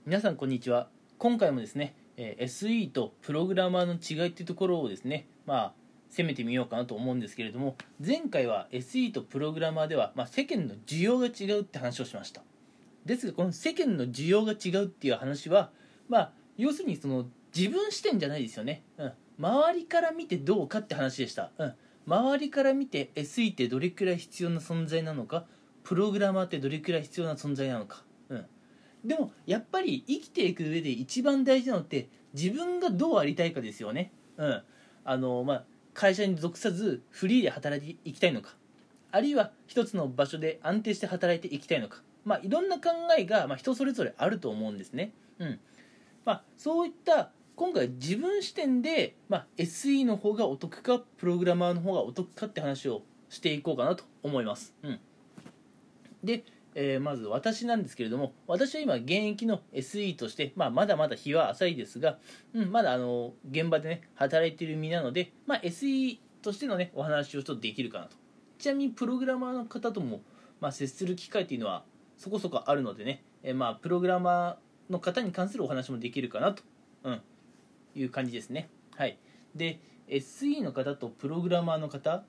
皆さんこんにちは。今回もですね、SE とプログラマーの違いっていうところをですね、攻めてみようかなと思うんですけれども、前回は SE とプログラマーでは、世間の需要が違うって話をしました。ですがこの世間の需要が違うっていう話は、要するにその自分視点じゃないですよね。周りから見てどうかって話でした。周りから見て SE ってどれくらい必要な存在なのか、プログラマーってどれくらい必要な存在なのか。でもやっぱり生きていく上で一番大事なのって自分がどうありたいかですよね。会社に属さずフリーで働いていきたいのか、あるいは一つの場所で安定して働いていきたいのか、いろんな考えが、人それぞれあると思うんですね。そういった今回自分視点で、SE の方がお得かプログラマーの方がお得かって話をしていこうかなと思います。で、まず私なんですけれども、私は今現役の SE として、まだまだ日は浅いですが、まだ現場でね働いている身なので、SE としてのねお話をちょっとできるかなと。ちなみにプログラマーの方とも、接する機会というのはそこそこあるのでね、プログラマーの方に関するお話もできるかなと、いう感じですね。はい。で SE の方とプログラマーの方、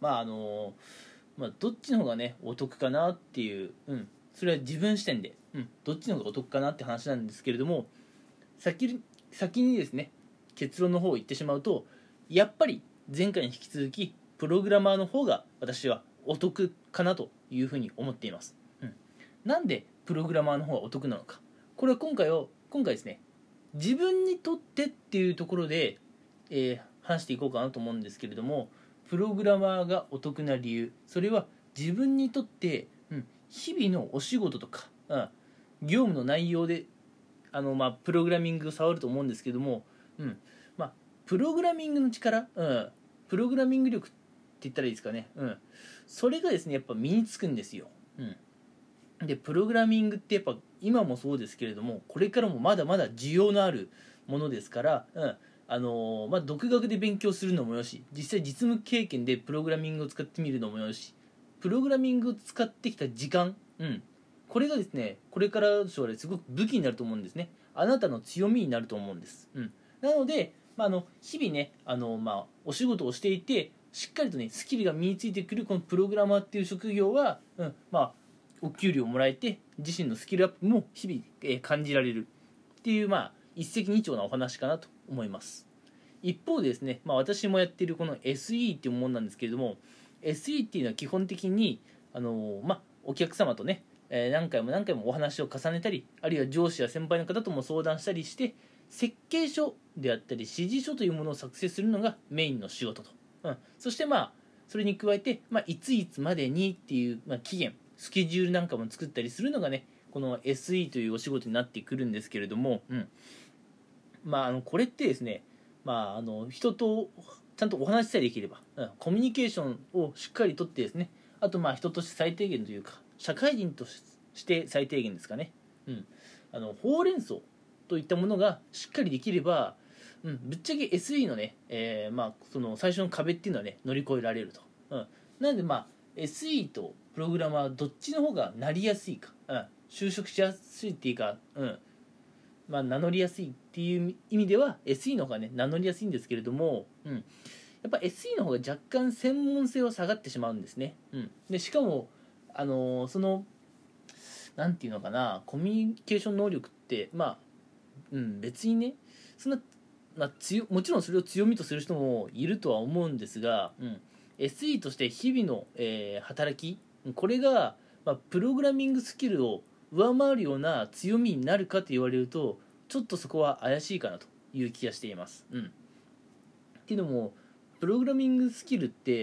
どっちの方がねお得かなっていう、それは自分視点で、どっちの方がお得かなって話なんですけれども、先にですね結論の方を言ってしまうと、やっぱり前回に引き続きプログラマーの方が私はお得かなというふうに思っています。なんでプログラマーの方がお得なのか、これは今回ですね、自分にとってっていうところで、話していこうかなと思うんですけれども、プログラマーがお得な理由、それは自分にとって、日々のお仕事とか、業務の内容でプログラミングを触ると思うんですけども、プログラミングの力、プログラミング力って言ったらいいですかね、それがですねやっぱ身につくんですよ。でプログラミングってやっぱ今もそうですけれども、これからもまだまだ需要のあるものですから、独学で勉強するのもよし、実際実務経験でプログラミングを使ってみるのもよし、プログラミングを使ってきた時間、これがですねこれから将来すごく武器になると思うんですね。あなたの強みになると思うんです。なので、日々ねお仕事をしていてしっかりとねスキルが身についてくるこのプログラマーっていう職業は、お給料をもらえて自身のスキルアップも日々、感じられるっていう、一石二鳥なお話かなと思います。一方でですね、私もやっているこの SE っていうものなんですけれども、 SE っていうのは基本的にお客様とね、何回も何回もお話を重ねたり、あるいは上司や先輩の方とも相談したりして設計書であったり指示書というものを作成するのがメインの仕事と、そしてそれに加えて、いついつまでにっていう、期限スケジュールなんかも作ったりするのがねこの SE というお仕事になってくるんですけれども、これってですね、人とちゃんとお話しさえできれば、コミュニケーションをしっかりとってですね、あと人として最低限というか社会人として最低限ですかね、ほうれん草といったものがしっかりできれば、ぶっちゃけ SE のね、その最初の壁っていうのはね乗り越えられると、なのでSE とプログラマーどっちの方がなりやすいか、就職しやすいっていうか、名乗りやすいっていう意味では SE の方がね名乗りやすいんですけれども、やっぱ SE の方が若干専門性は下がってしまうんですね。でしかもそのなんていうのかな、コミュニケーション能力って別にねそんな、もちろんそれを強みとする人もいるとは思うんですが、SE として日々の、働き、これが、プログラミングスキルを上回るような強みになるかと言われるとちょっとそこは怪しいかなという気がしています。っていうのもプログラミングスキルって、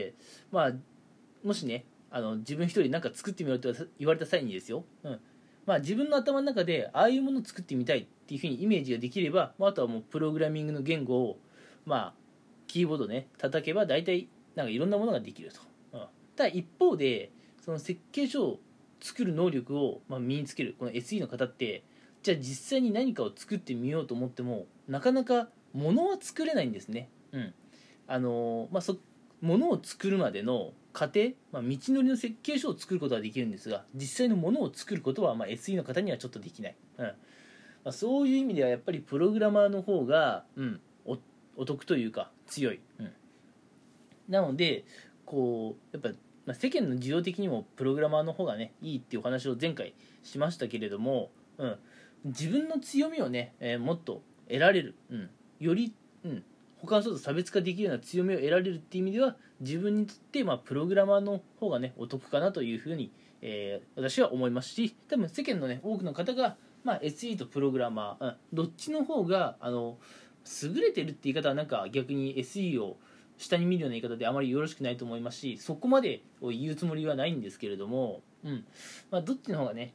もしね自分一人何か作ってみようと言われた際にですよ、自分の頭の中でああいうものを作ってみたいっていうふうにイメージができれば、あとはもうプログラミングの言語をキーボードね叩けば大体いろんなものができると、ただ一方でその設計書を作る能力を身につけるこの SE の方って、じゃあ実際に何かを作ってみようと思ってもなかなか物は作れないんですね。物を作るまでの過程、道のりの設計書を作ることはできるんですが、実際のものを作ることはSE の方にはちょっとできない。 そういう意味ではやっぱりプログラマーの方が、お得というか強い、なのでこうやっぱ、世間の需要的にもプログラマーの方がねいいっていうお話を前回しましたけれども、自分の強みをね、もっと得られる、より、他の人と差別化できるような強みを得られるっていう意味では自分にとって、プログラマーの方がねお得かなというふうに、私は思いますし、多分世間のね多くの方が、SE とプログラマー、どっちの方が優れてるって言い方はなんか逆に SE を下に見るような言い方であまりよろしくないと思いますし、そこまでを言うつもりはないんですけれども、どっちの方がね、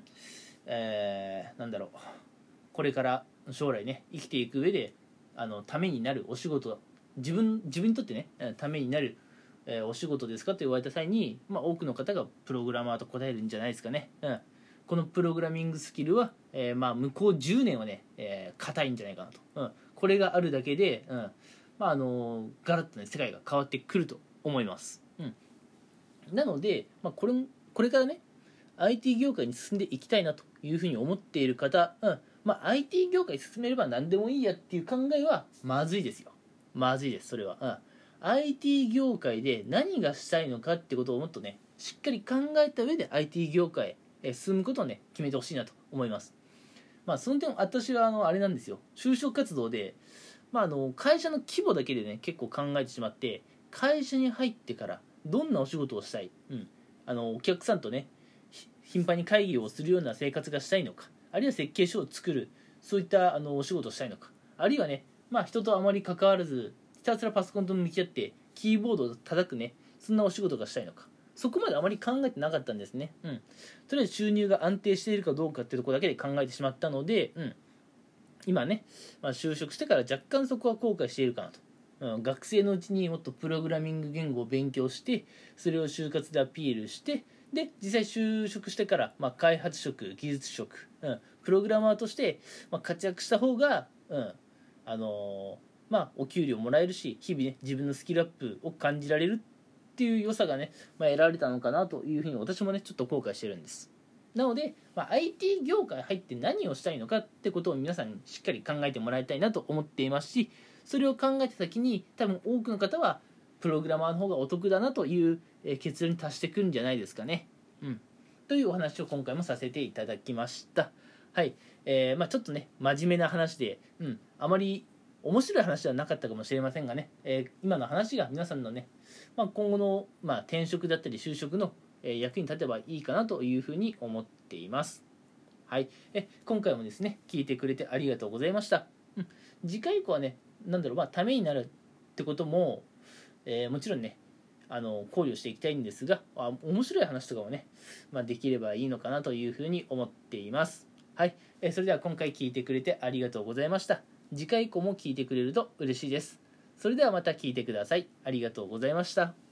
なんだろう、これから将来ね生きていく上でためになるお仕事、自分にとってねためになる、お仕事ですかと言われた際に、多くの方がプログラマーと答えるんじゃないですかね。このプログラミングスキルは、向こう10年はね硬いんじゃないかなと、これがあるだけで、ガラッとね世界が変わってくると思います。なので、これからね IT 業界に進んでいきたいなというふうに思っている方、IT 業界進めれば何でもいいやっていう考えはまずいですよ。まずいです、それは。IT 業界で何がしたいのかってことをもっとねしっかり考えた上で IT 業界へ進むことをね決めてほしいなと思います。その点私はあれなんですよ、就職活動で、会社の規模だけでね結構考えてしまって、会社に入ってからどんなお仕事をしたい、お客さんとね頻繁に会議をするような生活がしたいのか、あるいは設計書を作る、そういったお仕事をしたいのか、あるいはね、人とあまり関わらずひたすらパソコンと向き合ってキーボードを叩くね、そんなお仕事がしたいのか、そこまであまり考えてなかったんですね。とりあえず収入が安定しているかどうかっていうところだけで考えてしまったので、今ね、就職してから若干そこは後悔しているかなと。学生のうちにもっとプログラミング言語を勉強して、それを就活でアピールして、で実際就職してから、開発職、技術職、プログラマーとして、活躍した方が、お給料もらえるし、日々ね自分のスキルアップを感じられるっていう良さがね、得られたのかなというふうに私もねちょっと後悔してるんです。なので、IT 業界入って何をしたいのかってことを皆さんにしっかり考えてもらいたいなと思っていますし、それを考えた先に多分多くの方はプログラマーの方がお得だなという結論に達してくるんじゃないですかね。というお話を今回もさせていただきました。はい、ちょっとね真面目な話で、あまり面白い話ではなかったかもしれませんがね、今の話が皆さんのね、今後の、転職だったり就職の役に立てばいいかなというふうに思っています。はい、今回もですね聞いてくれてありがとうございました。次回以降はねためになるってことも、もちろんね考慮していきたいんですが、面白い話とかもね、できればいいのかなというふうに思っています。はい、それでは今回聞いてくれてありがとうございました。次回以降も聞いてくれると嬉しいです。それではまた聞いてください。ありがとうございました。